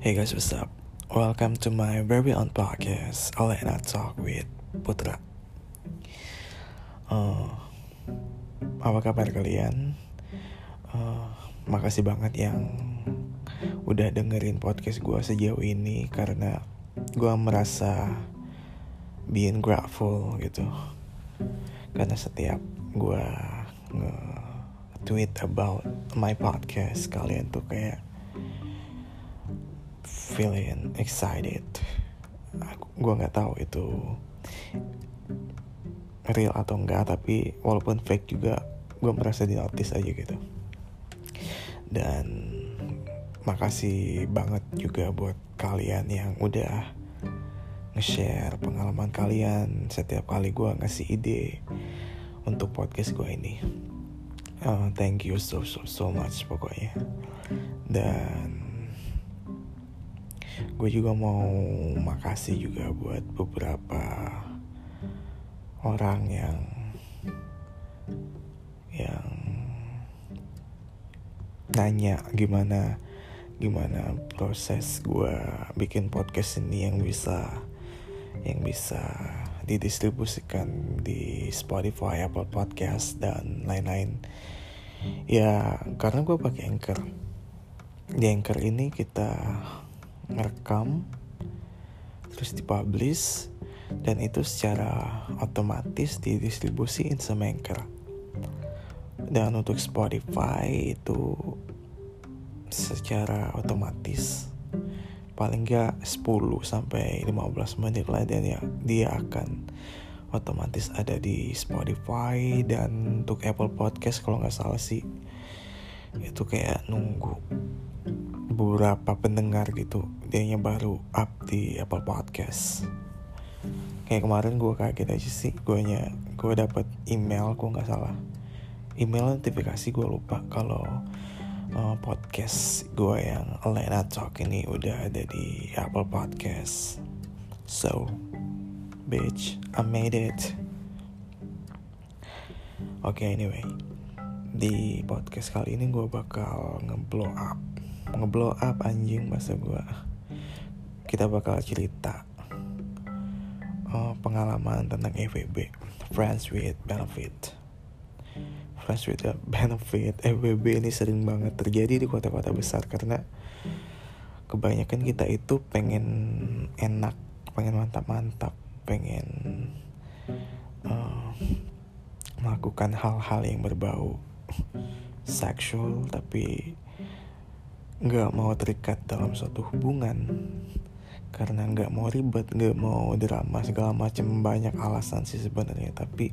Hey guys, what's up? Welcome to my very own podcast, Alena Talk with Putra. Apa kabar kalian? Makasih banget yang udah dengerin podcast gue sejauh ini, karena gue merasa being grateful gitu. Karena setiap gue nge-tweet about my podcast, kalian tuh kayak feeling excited. Gue nggak tahu itu real atau enggak, tapi walaupun fake juga gue merasa di notice aja gitu. Dan makasih banget juga buat kalian yang udah nge-share pengalaman kalian setiap kali gue ngasih ide untuk podcast gue ini. Thank you so much pokoknya. Dan gue juga mau makasih juga buat beberapa orang yang nanya gimana proses gue bikin podcast ini yang bisa didistribusikan di Spotify, Apple Podcast dan lain-lain. Ya karena gue pakai Anchor. Di Anchor ini kita ngerekam terus dipublish, dan itu secara otomatis didistribusiin sama Anchor. Dan untuk Spotify itu secara otomatis paling gak 10-15 menit lah, dan ya dia akan otomatis ada di Spotify. Dan untuk Apple Podcast kalau gak salah sih itu kayak nunggu beberapa pendengar gitu, dianya baru up di Apple Podcast. Kayak kemarin gue kaget aja sih, gue dapet email, gue nggak salah email notifikasi, gue lupa kalau podcast gue yang Alena Talk ini udah ada di Apple Podcast. So bitch, I made it. Okay, anyway, di podcast kali ini gue bakal ngeblow up anjing bahasa gue. Kita bakal cerita pengalaman tentang FWB, Friends with Benefit. FWB ini sering banget terjadi di kota-kota besar, karena kebanyakan kita itu pengen enak, pengen mantap-mantap, pengen melakukan hal-hal yang berbau seksual, tapi gak mau terikat dalam suatu hubungan karena gak mau ribet, gak mau drama segala macam. Banyak alasan sih sebenarnya, tapi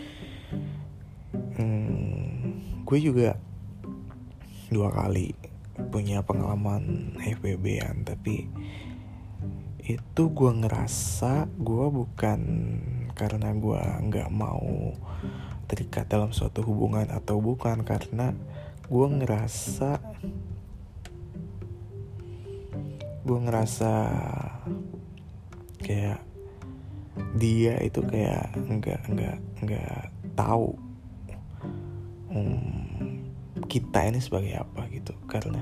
gue juga 2 kali punya pengalaman FWB-an, tapi itu gue ngerasa gue bukan karena gue gak mau terikat dalam suatu hubungan, atau bukan karena gue ngerasa kayak dia itu kayak nggak tahu kita ini sebagai apa gitu,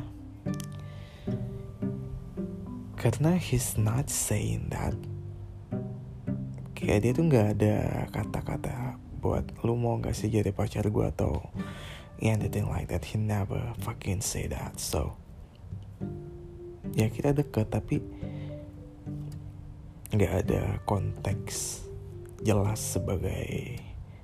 karena he's not saying that. Kayak dia tuh nggak ada kata-kata buat lu mau nggak sih jadi pacar gue atau anything like that. He never fucking say that. So ya kita deket, tapi nggak ada konteks jelas sebagai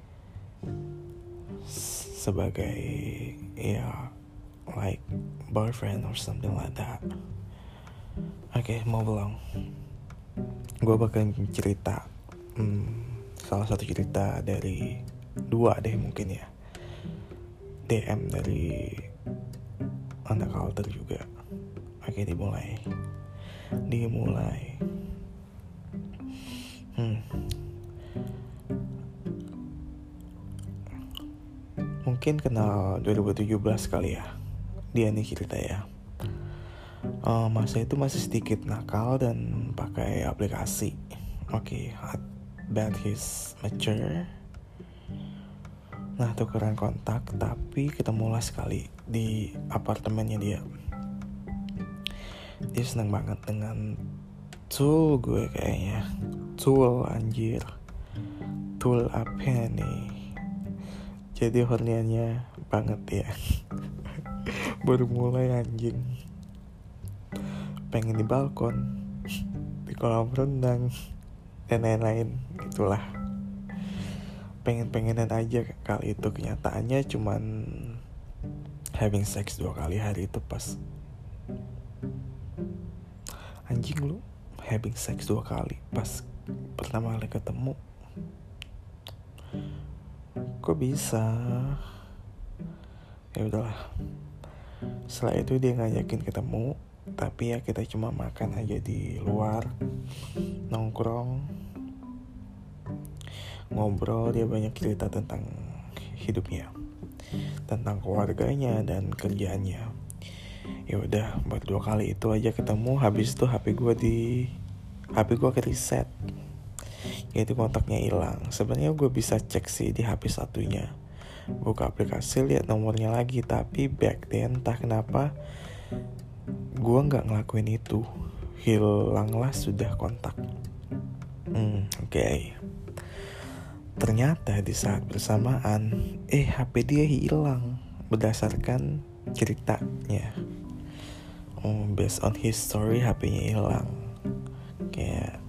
ya like boyfriend or something like that. Okay, mau belong. Gue bakal cerita salah satu cerita dari 2 deh mungkin ya, DM dari anak alter juga. Oke, dimulai. Mungkin kenal 2017 kali ya dia nih cerita ya. Masa itu masih sedikit nakal dan pakai aplikasi. Okay, but he's mature. Nah, tukeran kontak, tapi ketemulah sekali di apartemennya dia. Dia seneng banget dengan tool gue kayaknya. Tool anjir. Tool apa nih? Jadi horniannya banget ya. Baru mulai anjing. Pengen di balkon, di kolam renang, dan lain-lain. Itulah. Pengen-pengenan aja kali itu. Kenyataannya cuman having sex 2 kali hari itu pas. Anjing lu, having sex 2 kali pas pertama kali ketemu. Kok bisa? Ya udahlah. Setelah itu dia ngajakin ketemu, tapi ya kita cuma makan aja di luar, nongkrong, ngobrol. Dia banyak cerita tentang hidupnya, tentang keluarganya dan kerjaannya. Ya udah, baru 2 kali itu aja ketemu. Habis itu HP gue ke reset, yaitu kontaknya hilang. Sebenarnya gue bisa cek sih di HP satunya, buka aplikasi lihat nomornya lagi, tapi back then entah kenapa gue nggak ngelakuin itu. Hilanglah sudah kontak. Oke. Ternyata di saat bersamaan HP dia hilang berdasarkan ceritanya. Based on his story, HP-nya hilang. Kayak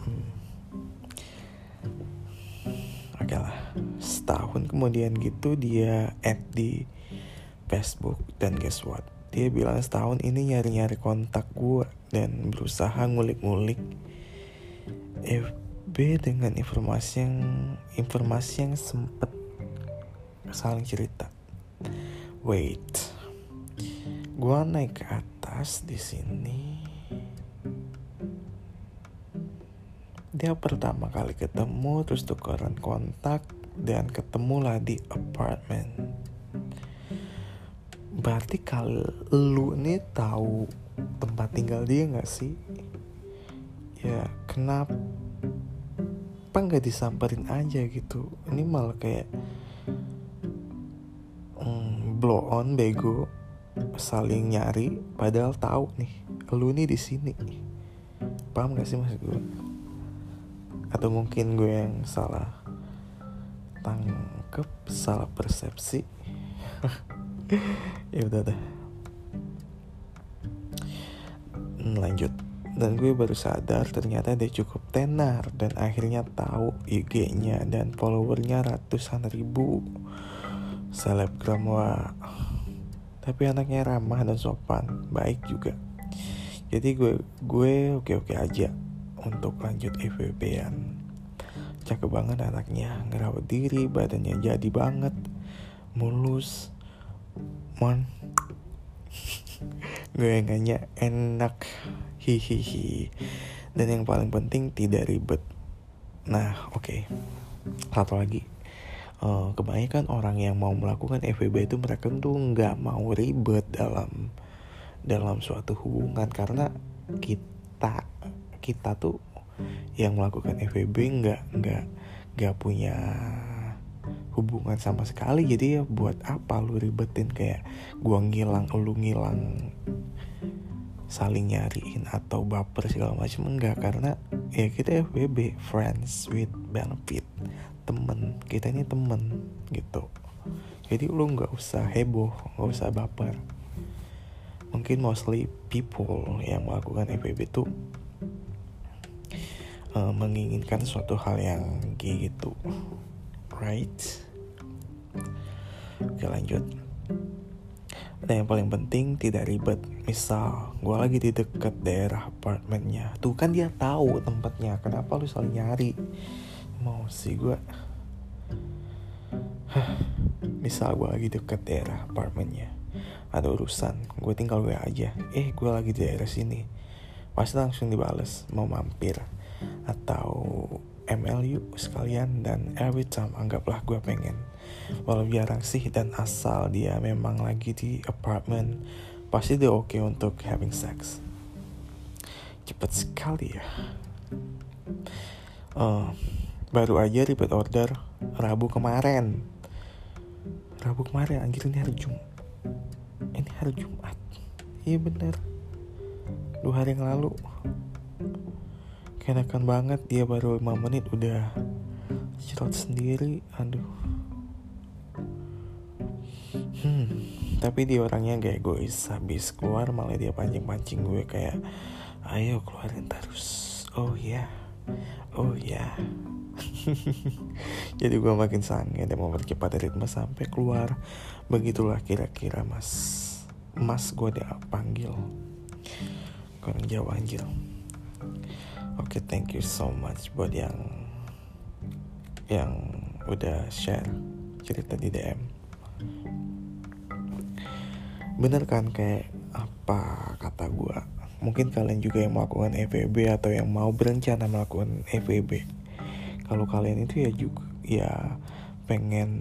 oke lah. Setahun kemudian gitu dia add di Facebook, dan guess what? Dia bilang setahun ini nyari-nyari kontak gue dan berusaha ngulik-ngulik FB dengan informasi yang sempet saling cerita. Wait, gue naik ke atas di sini. Dia pertama kali ketemu, terus tukeran kontak, dan ketemulah di apartemen. Berarti kalau lu nih tahu tempat tinggal dia nggak sih? Ya kenapa nggak disamperin aja gitu? Ini malah kayak blow on, bego, saling nyari, padahal tahu nih lu nih di sini. Paham nggak sih maksud gue? Atau mungkin gue yang salah tangkep, salah persepsi. Ya udah deh, lanjut. Dan gue baru sadar ternyata dia cukup tenar, dan akhirnya tahu IG-nya dan followernya ratusan ribu. Selebgram, wah. Tapi anaknya ramah dan sopan, baik juga. Jadi gue oke-oke aja untuk lanjut FWB-an. Cakep banget anaknya, ngerawat diri, badannya jadi banget, mulus, gue nanya enak, hihihi. Dan yang paling penting tidak ribet. Nah, oke. Satu lagi, kebanyakan orang yang mau melakukan FWB itu mereka tuh nggak mau ribet dalam suatu hubungan, karena kita tuh yang melakukan FWB nggak punya hubungan sama sekali. Jadi ya buat apa lu ribetin, kayak gua ngilang, lu ngilang, saling nyariin atau baper segala macam. Enggak, karena ya kita FWB, friends with benefit, temen, kita ini temen gitu. Jadi lu nggak usah heboh, nggak usah baper. Mungkin mostly people yang melakukan FWB tuh menginginkan suatu hal yang gitu, right? Oke, lanjut. Dan yang paling penting tidak ribet. Misal gue lagi di dekat daerah apartemennya, tuh kan dia tahu tempatnya, kenapa lu saling nyari? Mau sih gue. Misal gue lagi dekat daerah apartemennya, ada urusan, gue tinggal gue aja, gue lagi di daerah sini, pasti langsung dibales mau mampir atau MLU sekalian. Dan every time anggaplah gue pengen, walau jarang sih, dan asal dia memang lagi di apartemen, pasti dia oke untuk having sex. Cepet sekali ya. Baru aja ribet order Rabu kemarin, anjir, ini hari Jumat. Iya bener, 2 hari yang lalu. Kenakan banget, dia baru 5 menit udah cerot sendiri. Aduh. Tapi dia orangnya gak egois. Habis keluar malah dia pancing-pancing gue kayak, ayo keluarin terus. Oh ya, oh ya. Jadi gue makin sange dan mau percepat ritme sampai keluar. Begitulah kira-kira mas gue dia panggil. Orang Jawa anjir. Oke, thank you so much buat yang udah share cerita di DM. Bener kan kayak apa kata gue. Mungkin kalian juga yang melakukan FWB atau yang mau berencana melakukan FWB. Kalau kalian itu ya juga ya pengen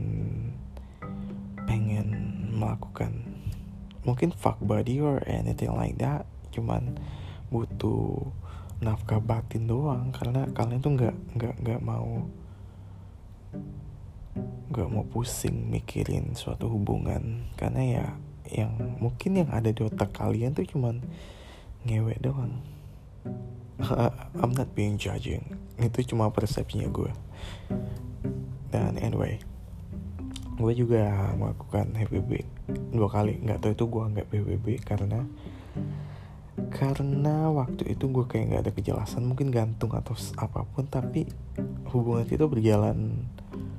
melakukan mungkin fuck buddy or anything like that, cuman butuh nafkah batin doang, karena kalian tuh nggak mau pusing mikirin suatu hubungan, karena ya yang mungkin yang ada di otak kalian tuh cuman ngewe doang. I'm not being judging, itu cuma persepsinya gue. Dan anyway, gue juga melakukan FWB 2 kali. Nggak tahu itu gue nggak FWB karena waktu itu gue kayak nggak ada kejelasan, mungkin gantung atau apapun, tapi hubungan itu berjalan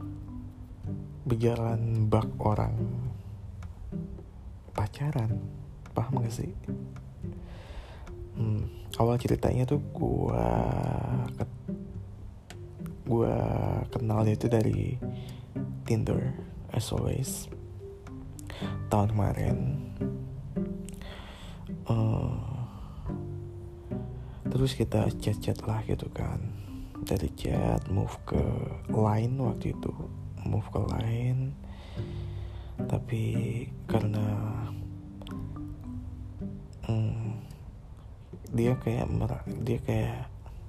bak orang pacaran, paham gak sih? Awal ceritanya tuh gue kenal dia itu dari Tinder as always tahun kemarin. Terus kita chat lah gitu kan, dari chat move ke line waktu itu, tapi karena dia kayak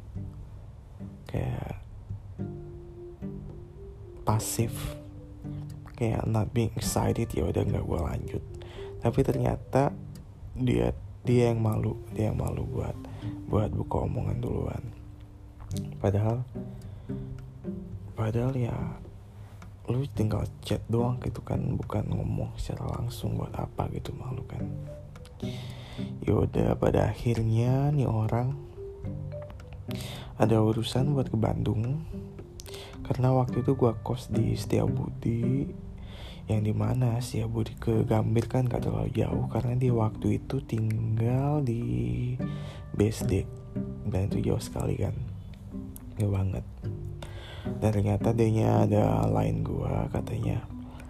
pasif, kayak not being excited, ya udah nggak gue lanjut. Tapi ternyata dia yang malu buat buka omongan duluan. Padahal ya lu tinggal chat doang gitu kan, bukan ngomong secara langsung, buat apa gitu, malu kan. Yaudah, pada akhirnya nih orang ada urusan buat ke Bandung, karena waktu itu gue kos di Setiabudi, yang dimana Setiabudi ke Gambir kan gak terlalu jauh, karena dia waktu itu tinggal di BSD, dan itu jauh sekali kan, jauh banget. Dan ternyata dianya ada line gue, katanya,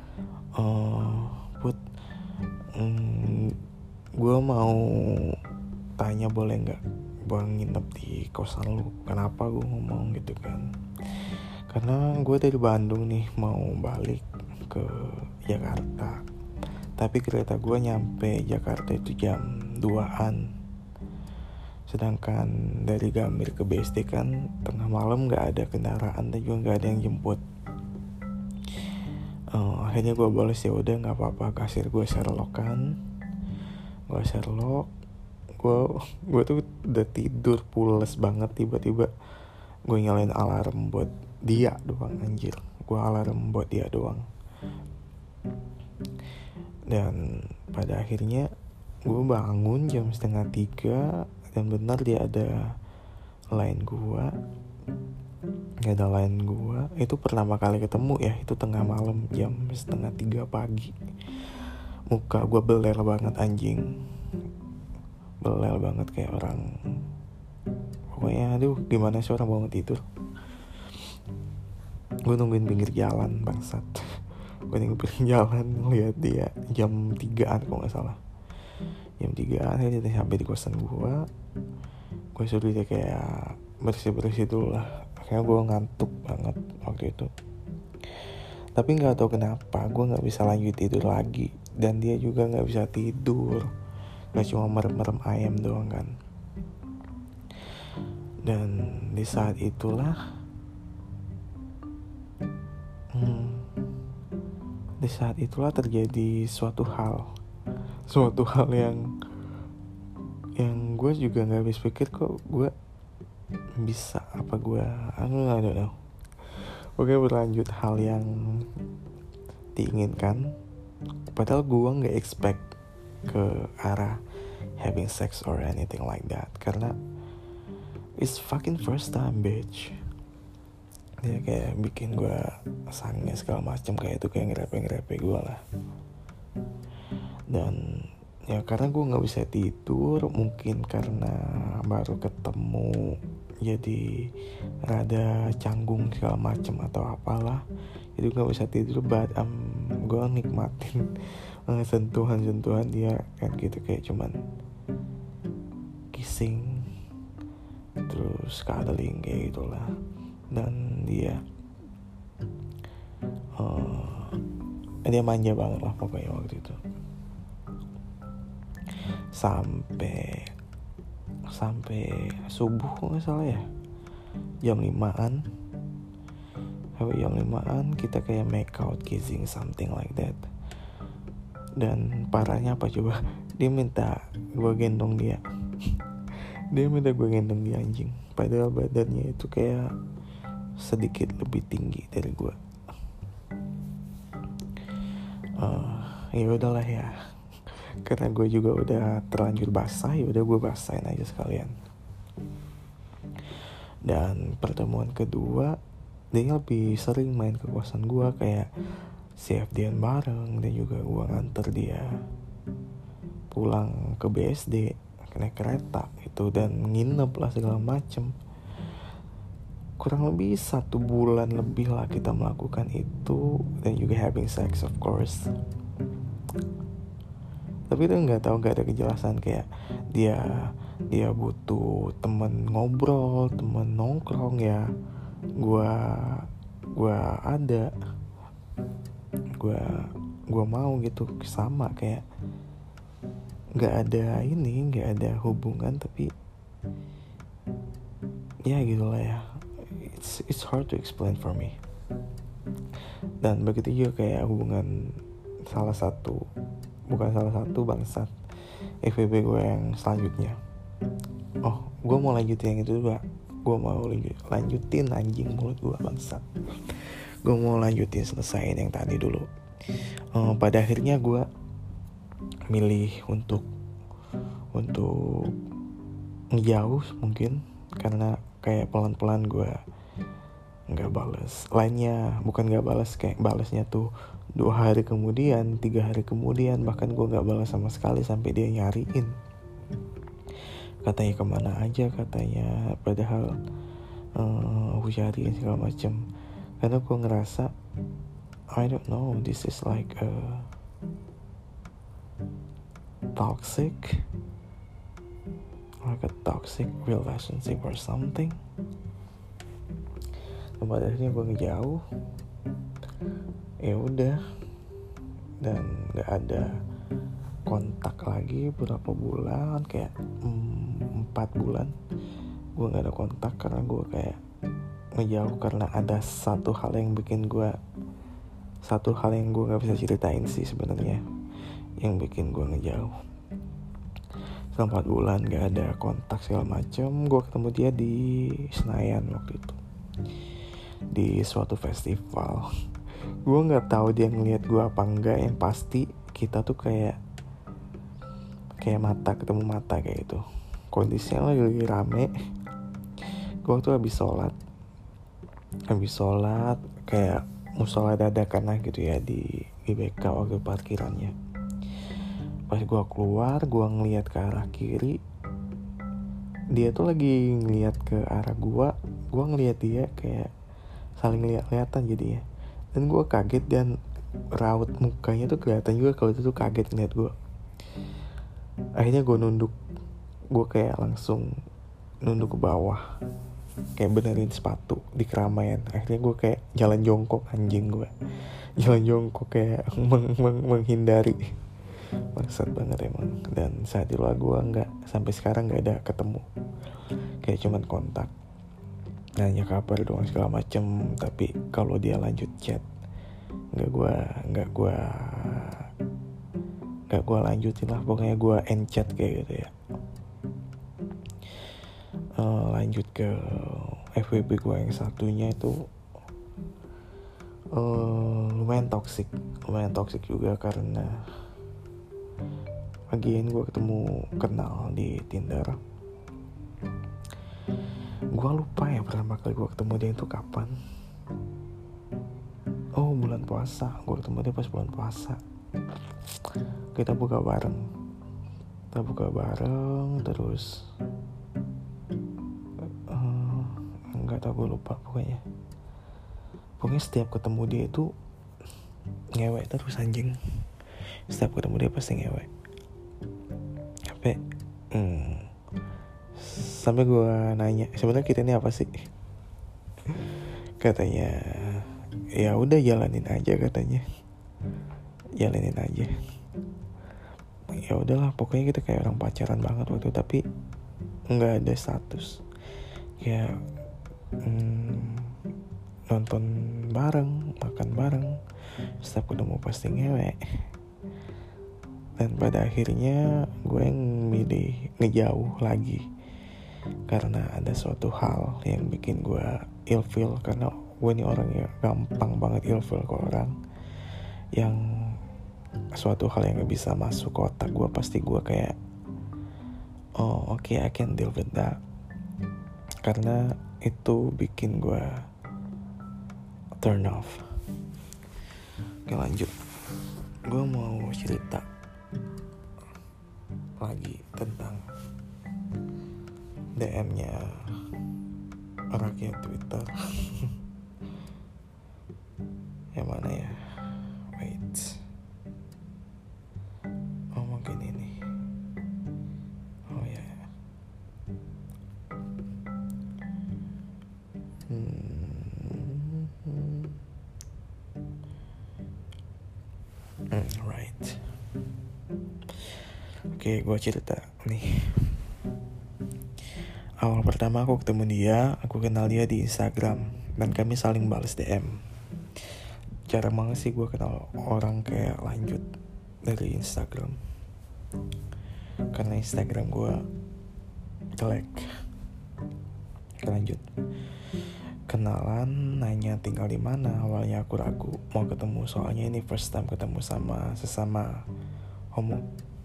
Put, gue mau tanya boleh gak gue nginep di kosan lu. Kenapa gue ngomong gitu kan, karena gue dari Bandung nih mau balik ke Jakarta, tapi kereta gue nyampe Jakarta itu jam 2-an, sedangkan dari Gambir ke BSD kan tengah malam, gak ada kendaraan dan juga gak ada yang jemput. Akhirnya gue balas, ya udah gak apa-apa, kasir gue Sherlock kan. Gue Sherlock, gue tuh udah tidur pules banget, tiba-tiba gue nyalain alarm buat dia doang, anjir. Gue alarm buat dia doang. Dan pada akhirnya gue bangun jam 2:30, dan benar dia ada line gue. Itu pertama kali ketemu ya, itu tengah malam jam 2:30 pagi. Muka gue beler banget anjing, beler banget kayak orang, pokoknya aduh gimana sih orang bangun tidur. Gue nungguin pinggir jalan bangsat. Gue nungguin pinggir jalan, ngeliat dia jam 3-an kalau gak salah. Jam 3-an dia sampai di kosan gue suruh dia kayak bersih-bersih dulu lah. Karena gue ngantuk banget waktu itu. Tapi gak tahu kenapa gue gak bisa lanjut tidur lagi, dan dia juga gak bisa tidur, gak cuma merem-merem ayam doang kan. Dan di saat itulah terjadi suatu hal yang yang gue juga nggak habis pikir kok gue bisa apa gue I don't know. Oke, berlanjut hal yang diinginkan, padahal gue nggak expect ke arah having sex or anything like that, karena it's fucking first time bitch. Dia kayak bikin gue sange segala macam, kayak itu kayak ngerepe gue lah. Dan ya karena gue nggak bisa tidur, mungkin karena baru ketemu jadi rada canggung segala macem atau apalah, jadi gue nggak bisa tidur. But gue nikmatin sentuhan dia kan gitu, kayak cuman kissing terus cuddling kayak gitulah. Dan dia manja banget lah pokoknya waktu itu, sampai subuh nggak salah ya, jam 5-an kita kayak make out, kissing, something like that. Dan parahnya apa coba, dia minta gue gendong dia anjing, padahal badannya itu kayak sedikit lebih tinggi dari gue. Ya udahlah ya, karena gue juga udah terlanjur basah, ya udah gue basahin aja sekalian. Dan pertemuan kedua, dia lebih sering main ke kosan gue, kayak CFD-an bareng, dan juga gue nganter dia pulang ke BSD naik kereta itu, dan nginep lah segala macem. Kurang lebih 1 bulan lebih lah kita melakukan itu, dan juga having sex of course. Tapi dia nggak ada kejelasan, kayak dia butuh temen ngobrol, temen nongkrong, ya gue ada, gue mau gitu, sama kayak nggak ada hubungan, tapi ya gitulah ya, it's hard to explain for me. Dan begitu juga kayak hubungan bangsat FWB gue yang selanjutnya. Gue mau lanjutin yang itu juga. Gue mau lanjutin anjing mulut gue bangsat. Gue mau lanjutin, selesaiin yang tadi dulu. Pada akhirnya gue milih untuk ngejauh mungkin, karena kayak pelan-pelan gue nggak balas. Lainnya bukan nggak balas, kayak balasnya tuh 2 hari kemudian, 3 hari kemudian, bahkan gue nggak balas sama sekali sampai dia nyariin. Katanya kemana aja katanya, padahal aku cariin segala macem. Karena gue ngerasa I don't know, this is like a toxic relationship or something. Pada akhirnya gue ngejauh, ya udah, dan nggak ada kontak lagi berapa bulan, kayak 4 bulan gue nggak ada kontak, karena gue kayak ngejauh karena ada satu hal yang gue nggak bisa ceritain sih sebenarnya, yang bikin gue ngejauh. Selama 4 bulan nggak ada kontak segala macam. Gue ketemu dia di Senayan waktu itu, di suatu festival. Gue nggak tahu dia ngelihat gue apa enggak, yang pasti kita tuh kayak mata ketemu mata kayak gitu. Kondisinya lagi rame. Gue tuh habis sholat kayak musola dadakan lah gitu ya, di GBK waktu parkirannya. Pas gue keluar, gue ngeliat ke arah kiri, dia tuh lagi ngeliat ke arah gue ngeliat dia, kayak saling lihat-lihatan jadinya. Dan gue kaget, dan raut mukanya tuh kelihatan juga kalau itu tuh kaget ngeliat gue. Akhirnya gue nunduk, gue kayak langsung nunduk ke bawah, kayak benerin sepatu di keramaian. Akhirnya gue kayak jalan jongkok, anjing gue jalan jongkok kayak menghindari. Maksud banget emang. Dan saat itu gue sampai sekarang nggak ada ketemu, kayak cuman kontak, nanya kabar doang segala macem. Tapi kalau dia lanjut chat, nggak gue lanjutin lah, pokoknya gue end chat kayak gitu ya. lanjut ke FWB gue yang satunya itu lumayan toksik juga, karena bagian gue kenal di Tinder. Gue lupa ya pertama kali gue ketemu dia itu kapan. Oh, bulan puasa. Gue ketemu dia pas bulan puasa. Kita buka bareng terus nggak tahu, gue lupa pokoknya setiap ketemu dia itu ngewek terus anjing. Setiap ketemu dia pasti ngewek sampai gue nanya, sebenarnya kita ini apa sih? Katanya ya udah jalanin aja, ya udahlah, pokoknya kita kayak orang pacaran banget waktu itu, tapi nggak ada status, ya nonton bareng, makan bareng, setiap ketemu pasti ngewek. Dan pada akhirnya gue yang milih ngejauh lagi, karena ada suatu hal yang bikin gue ilfeel, karena gue ini orang yang gampang banget ilfeel ke orang. Yang suatu hal yang gak bisa masuk ke otak gue, pasti gue kayak I can deal with that, karena itu bikin gue turn off. Oke, lanjut. Gue mau cerita lagi tentang DM-nya rakyat Twitter. Yang mana ya? Wait. Oh, mungkin ini. Oh ya. Right. Oke, gue cerita nih. Awal pertama aku ketemu dia, aku kenal dia di Instagram, dan kami saling balas DM. Jarang banget sih gue kenal orang kayak lanjut dari Instagram, karena Instagram gue jelek. Lanjut, kenalan, nanya tinggal di mana. Awalnya aku ragu mau ketemu, soalnya ini first time ketemu sama sesama homo.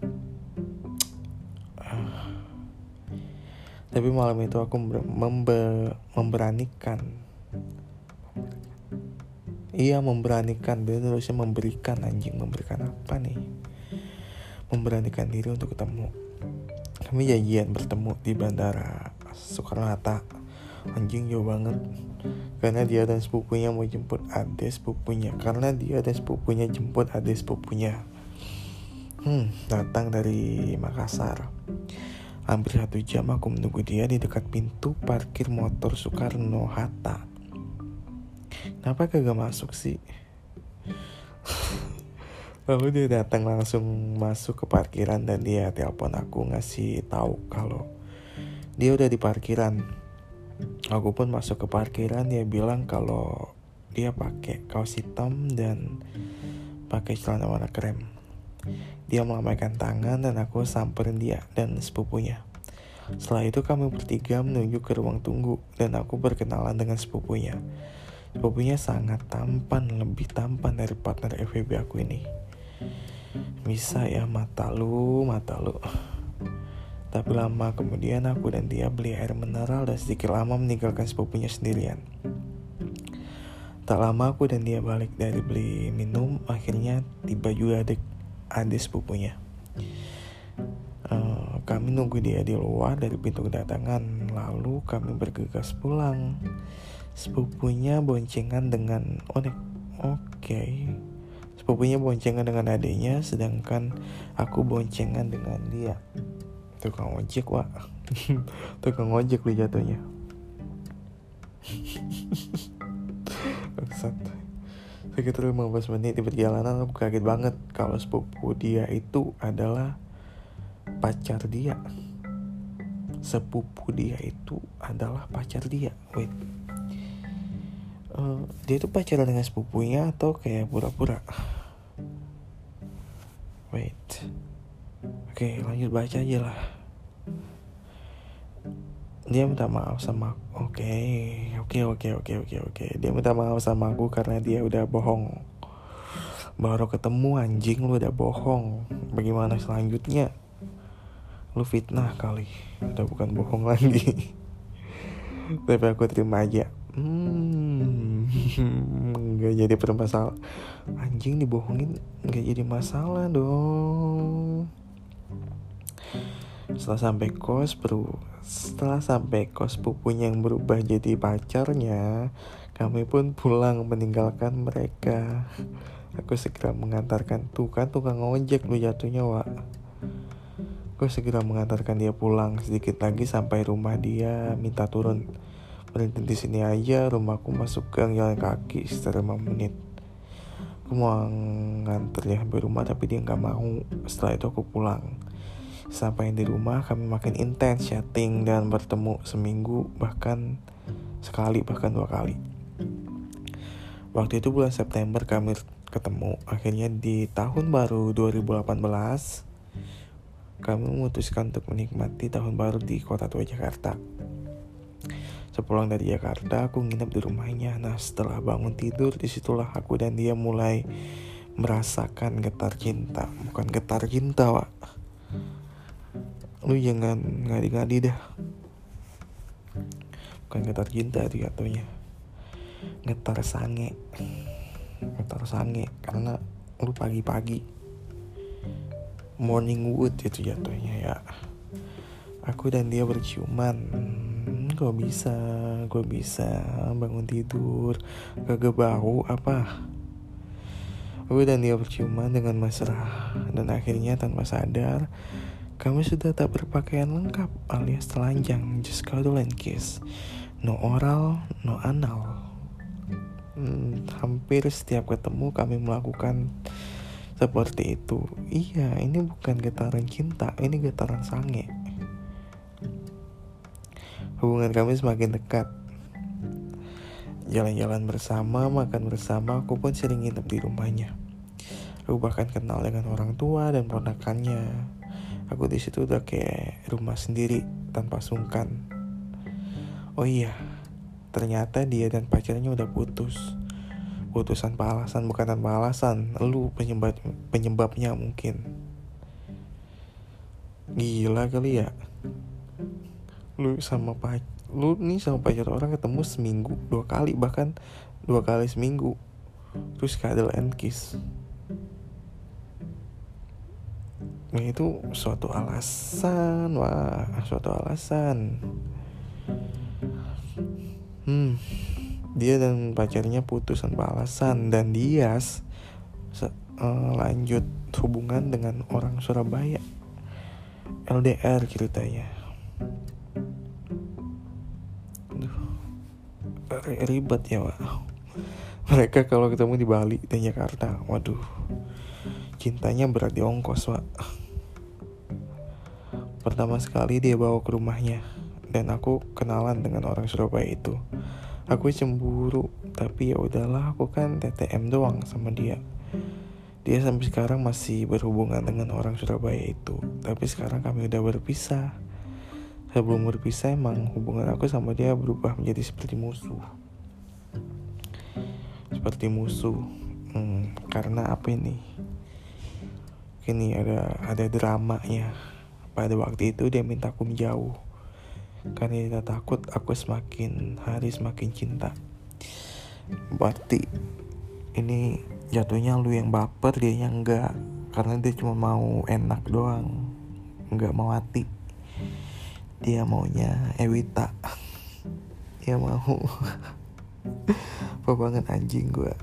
Tapi malam itu aku memberanikan. Iya, memberanikan. Dia nulisnya memberikan, anjing. Memberikan apa nih? Memberanikan diri untuk ketemu. Kami janjian bertemu di Bandara Soekarno-Hatta. Anjing, jauh banget. Karena dia dan sepupunya mau jemput adik sepupunya. Datang dari Makassar. Hampir 1 jam aku menunggu dia di dekat pintu parkir motor Soekarno-Hatta. Kenapa kagak masuk sih? Lalu dia datang langsung masuk ke parkiran, dan dia telepon aku ngasih tahu kalau dia udah di parkiran. Aku pun masuk ke parkiran. Dia bilang kalau dia pakai kaos hitam dan pakai celana warna krem. Dia melambaikan tangan dan aku samperin dia dan sepupunya. Setelah itu kami bertiga menuju ke ruang tunggu dan aku berkenalan dengan sepupunya. Sepupunya sangat tampan, lebih tampan dari partner FWB aku ini. Bisa ya, mata lu. Tapi lama kemudian aku dan dia beli air mineral dan sedikit lama meninggalkan sepupunya sendirian. Tak lama aku dan dia balik dari beli minum, akhirnya tiba juga adik sepupunya. Kami nunggu dia di luar dari pintu kedatangan, lalu kami bergegas pulang. Sepupunya boncengan dengan sepupunya boncengan dengan adiknya, sedangkan aku boncengan dengan dia. Tukang ojek, Wak. Tukang ojek lu jatuhnya. Bangsat. Sekitar 15 menit di perjalanan aku kaget banget kalau sepupu dia itu adalah pacar dia. Wait. Dia itu pacaran dengan sepupunya atau kayak pura-pura? Wait. Oke, lanjut baca aja lah. Dia minta maaf sama aku. Oke. Dia minta maaf sama aku karena dia udah bohong. Baru ketemu anjing lu udah bohong. Bagaimana selanjutnya? Lu fitnah kali. Udah bukan bohong lagi. Tapi aku terima aja. Gak jadi permasalahan. Anjing dibohongin gak jadi masalah dong. Setelah sampai kos pupunya yang berubah jadi pacarnya, kami pun pulang meninggalkan mereka. Aku segera mengantarkan, tuh kan tukang ojek lu jatuhnya, Wak. Aku segera mengantarkan dia pulang. Sedikit lagi sampai rumah dia, minta turun. Berhenti di sini aja, rumahku masuk gang jalan kaki sekitar 5 menit. Aku mau nganter dia sampai rumah tapi dia gak mau. Setelah itu aku pulang. Sampai di rumah kami makin intens chatting dan bertemu seminggu, bahkan sekali, bahkan 2 kali. Waktu itu bulan September kami ketemu. Akhirnya di tahun baru 2018 kami memutuskan untuk menikmati tahun baru di kota tua Jakarta. Sepulang dari Jakarta aku nginep di rumahnya. Nah setelah bangun tidur, disitulah aku dan dia mulai merasakan getar cinta. Bukan getar cinta, Wak. Lu jangan ngadi-ngadi dah. Bukan getar cinta itu jatuhnya. Getar sange. Karena lu pagi-pagi. Morning wood itu jatuhnya ya. Aku dan dia berciuman. Gue bisa bangun tidur. Kagak bau apa. Aku dan dia berciuman dengan mesra. Dan akhirnya tanpa sadar kami sudah tak berpakaian lengkap alias telanjang, just cuddle and kiss. No oral, no anal. Hampir setiap ketemu kami melakukan seperti itu. Iya, ini bukan getaran cinta, ini getaran sange. Hubungan kami semakin dekat. Jalan-jalan bersama, makan bersama, aku pun sering nginep di rumahnya. Aku bahkan kenal dengan orang tua dan ponakannya. Aku di situ udah kayak rumah sendiri tanpa sungkan. Oh iya, ternyata dia dan pacarnya udah putus. Putus tanpa alasan, bukan tanpa alasan. Lu penyebabnya mungkin. Gila kali ya. Lu nih sama pacar orang ketemu seminggu 2 kali, bahkan 2 kali seminggu. Terus cuddle and kiss. Nah itu suatu alasan. Dia dan pacarnya putus tanpa alasan. Dan dia lanjut hubungan dengan orang Surabaya. LDR ceritanya. Ribet ya, Pak. Mereka kalau ketemu di Bali dan Jakarta, waduh, cintanya berat di ongkos, Pak. Pertama sekali dia bawa ke rumahnya dan aku kenalan dengan orang Surabaya itu. Aku cemburu, tapi ya udahlah, aku kan TTM doang sama dia. Dia sampai sekarang masih berhubungan dengan orang Surabaya itu, tapi sekarang kami udah berpisah. Sebelum berpisah emang hubungan aku sama dia berubah menjadi seperti musuh. Karena apa ini? Ini ada dramanya. Pada waktu itu dia minta aku menjauh karena dia takut aku semakin hari semakin cinta. Berarti ini jatuhnya lu yang baper, dia yang enggak. Karena dia cuma mau enak doang, enggak mau hati. Dia maunya Ewita. Dia mau apa banget anjing gue.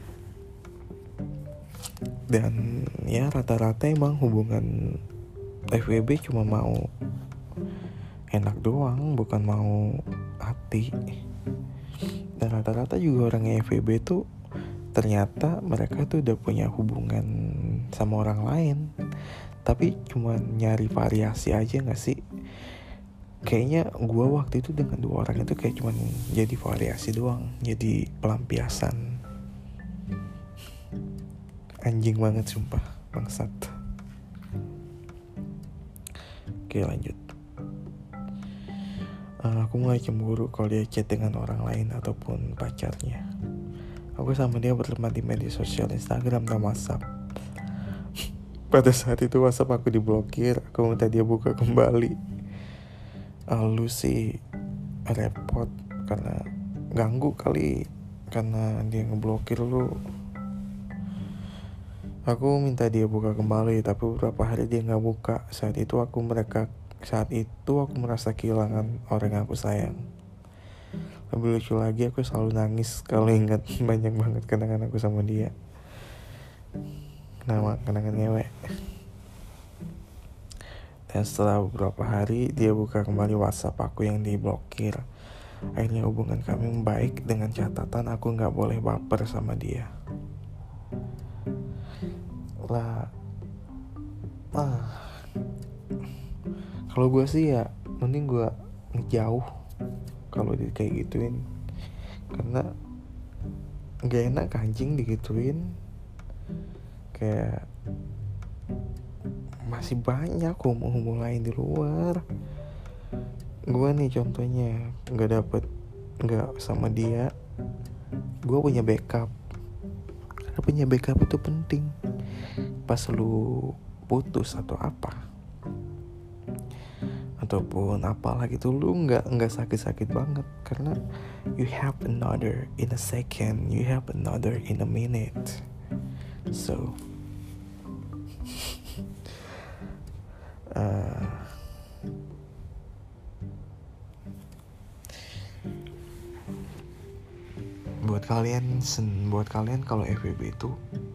Dan ya rata-rata emang hubungan FWB cuma mau enak doang, bukan mau hati. Dan rata-rata juga orang FWB tuh ternyata mereka tuh udah punya hubungan sama orang lain, tapi cuma nyari variasi aja gak sih? Kayaknya gue waktu itu dengan 2 orang itu kayak cuma jadi variasi doang, jadi pelampiasan. Anjing banget sumpah, bangsat. Oke lanjut. Aku mulai cemburu kalau dia chat dengan orang lain ataupun pacarnya. Aku sama dia berteman di media sosial Instagram dan WhatsApp. Pada saat itu WhatsApp aku diblokir. Aku minta dia buka kembali. Lu sih repot karena ganggu kali, karena dia ngeblokir lu. Aku minta dia buka kembali, tapi beberapa hari dia gak buka. Saat itu aku merasa kehilangan orang yang aku sayang. Lebih lucu lagi, aku selalu nangis kalau ingat banyak banget kenangan aku sama dia. Kenangan ngewek. Dan setelah beberapa hari, dia buka kembali WhatsApp aku yang diblokir. Akhirnya hubungan kami membaik dengan catatan aku gak boleh baper sama dia. Kalau gue sih ya mending gue ngejauh kalau dia kayak gituin, karena gak enak anjing digituin. Kayak masih banyak homo-homo lain di luar. Gue nih contohnya gak sama dia, gue punya backup. Karena punya backup itu penting pas lu putus atau apa, ataupun apalah gitu, lu nggak sakit-sakit banget, karena you have another in a second, you have another in a minute. So buat kalian kalau FWB itu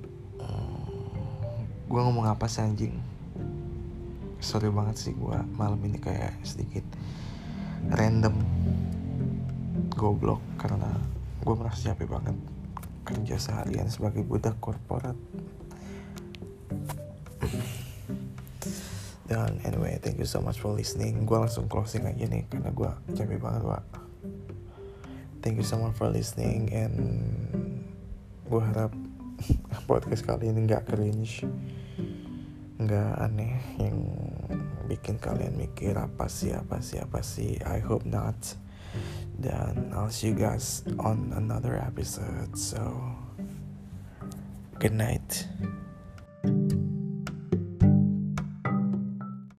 gue ngomong apa sih anjing? Sorry banget sih, gue malam ini kayak sedikit random, goblok, karena gue merasa capek banget kerja seharian sebagai budak korporat. Dan anyway, thank you so much for listening. Gue langsung closing aja nih karena gue capek banget, Pak. Thank you so much for listening, and gue harap podcast kali ini gak cringe, gak aneh yang bikin kalian mikir apa sih. I hope not. Dan I'll see you guys on another episode. So good night.